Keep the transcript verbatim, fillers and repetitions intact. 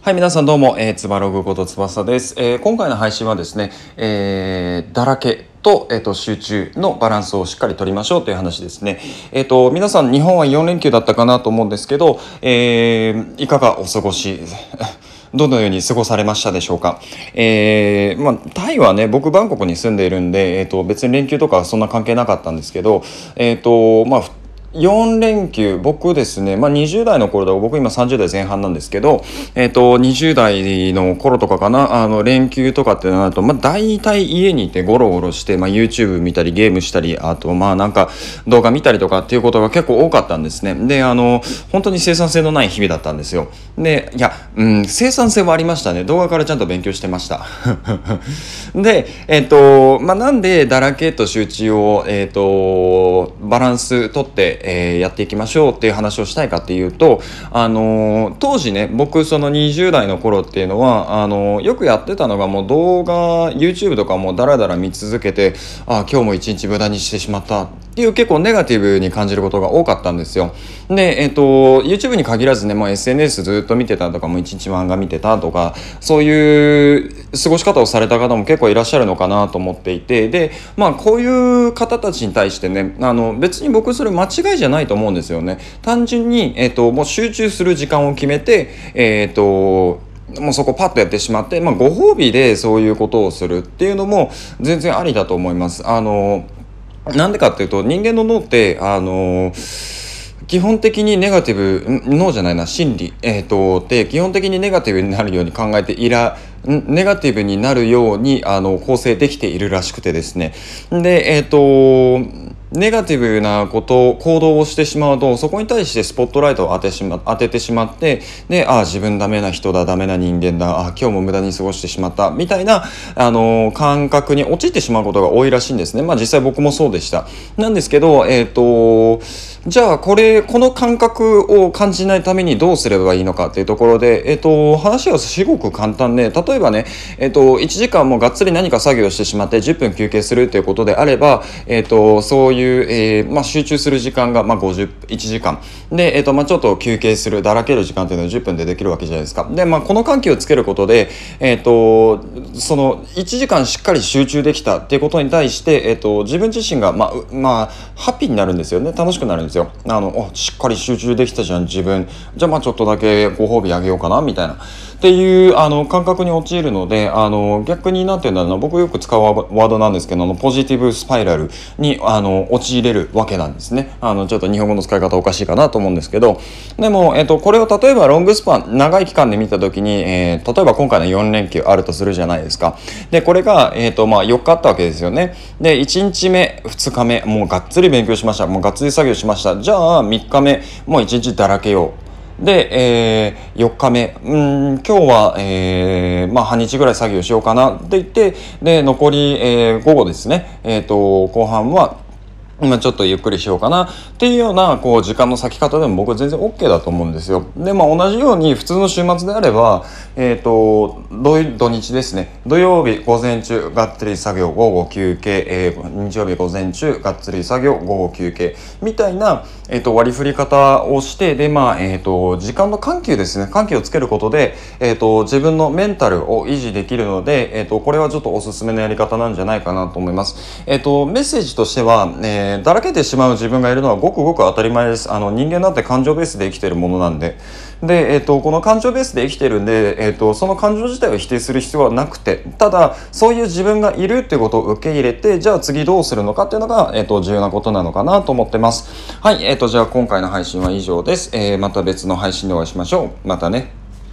はい、皆さんどうも、えー、つばログこと翼です。えー、今回の配信はですね、えー、だらけと、えーと、集中のバランスをしっかり取りましょうという話ですね。えーと、皆さん日本はよん連休だったかなと思うんですけど、えー、いかがお過ごしどのように過ごされましたでしょうか。えー、まあ、タイはね、僕バンコクに住んでいるんで、えーと、別に連休とかはそんな関係なかったんですけど、えーと、まあ、よん連休、僕ですね、まあ、にじゅう代の頃だ、僕今さんじゅう代前半なんですけど、えっと、にじゅう代の頃とかかな、あの、連休とかってなると、まあ、大体家にいてゴロゴロして、まあ、YouTube 見たり、ゲームしたり、あと、まあ、なんか、動画見たりとかっていうことが結構多かったんですね。で、あの、本当に生産性のない日々だったんですよ。で、いや、うん、生産性はありましたね。動画からちゃんと勉強してました。で、えっと、まあ、なんで、だらけと集中を、えっと、バランスとって、えー、やっていきましょうっていう話をしたいかっていうと、あのー、当時ね、僕そのにじゅう代の頃っていうのはあのー、よくやってたのがもう動画 YouTube とかもダラダラ見続けて、あ今日も一日無駄にしてしまったっていう結構ネガティブに感じることが多かったんですよ。で、えっと YouTube に限らずね、もう エスエヌエス ずっと見てたとか、もう一日漫画見てたとか、そういう過ごし方をされた方も結構いらっしゃるのかなと思っていて、でまあこういう方たちに対してね、あの別に僕それ間違いじゃないと思うんですよね。単純に、えっと、もう集中する時間を決めて、えっともうそこパッとやってしまって、まあ、ご褒美でそういうことをするっていうのも全然ありだと思います。あのなんでかっていうと、人間の脳ってあの基本的にネガティブ脳じゃないな心理、えー、とって基本的にネガティブになるように考えていらネガティブになるようにあの構成できているらしくてですね。でえっ、ー、とネガティブなこと行動をしてしまうと、そこに対してスポットライトを当てしま当ててしまって、でああ自分ダメな人だ、ダメな人間だ、あ今日も無駄に過ごしてしまったみたいなあの感覚に陥ってしまうことが多いらしいんですね。まあ実際僕もそうでした。なんですけど、えっ、ー、とじゃあこれこの感覚を感じないためにどうすればいいのかっていうところで、えっ、ー、と話はすごく簡単で、例えばね、えっ、ー、といちじかんもがっつり何か作業してしまってじゅっぷん休憩するということであれば、えっ、ー、とそういうえーまあ、集中する時間が、まあ、ごじゅういちじかんで、えーとまあ、ちょっと休憩するだらける時間っていうのはじゅっぷんでできるわけじゃないですか。で、まあ、この緩急をつけることで、えーとそのいちじかんしっかり集中できたっていうことに対して、えーと自分自身が、まあまあ、ハッピーになるんですよね。楽しくなるんですよ。あのおしっかり集中できたじゃん自分、じゃあまあちょっとだけご褒美あげようかなみたいなっていうあの感覚に陥るので、あの逆になんていうんだろうな、僕よく使うワードなんですけど、ポジティブスパイラルにあの陥れるわけなんですね。あのちょっと日本語の使い方おかしいかなと思うんですけど、でも、えっと、これを例えばロングスパン長い期間で見た時に、えー、例えば今回のよん連休あるとするじゃないですか。でこれが、えっとまあ、よっかあったわけですよね。でいちにちめふつかめもうがっつり勉強しました、もうがっつり作業しました。じゃあみっかめもういちにちだらけようで、えー、よっかめうん今日は、えーまあ、半日ぐらい作業しようかなって言って、で残り、えー、午後ですね、えー、と後半は今ちょっとゆっくりしようかなっていうようなこう時間の割き方でも僕は全然 OK だと思うんですよ。でまあ同じように普通の週末であれば、えー、と土, 土日ですね、土曜日午前中がっつり作業午後休憩、えー、日曜日午前中がっつり作業午後休憩みたいな、えー、と割り振り方をして、でまあ、えー、と時間の緩急ですね、緩急をつけることで、えー、と自分のメンタルを維持できるので、えー、とこれはちょっとおすすめのやり方なんじゃないかなと思います。えー、とメッセージとしては、えーだらけてしまう自分がいるのはごくごく当たり前です。あの人間だって感情ベースで生きているものなんで、で、えー、とこの感情ベースで生きてるんで、えー、とその感情自体を否定する必要はなくて、ただそういう自分がいるっていうことを受け入れて、じゃあ次どうするのかっていうのが、えー、と重要なことなのかなと思ってます。はい、えー、とじゃあ今回の配信は以上です。えー、また別の配信でお会いしましょう。またね。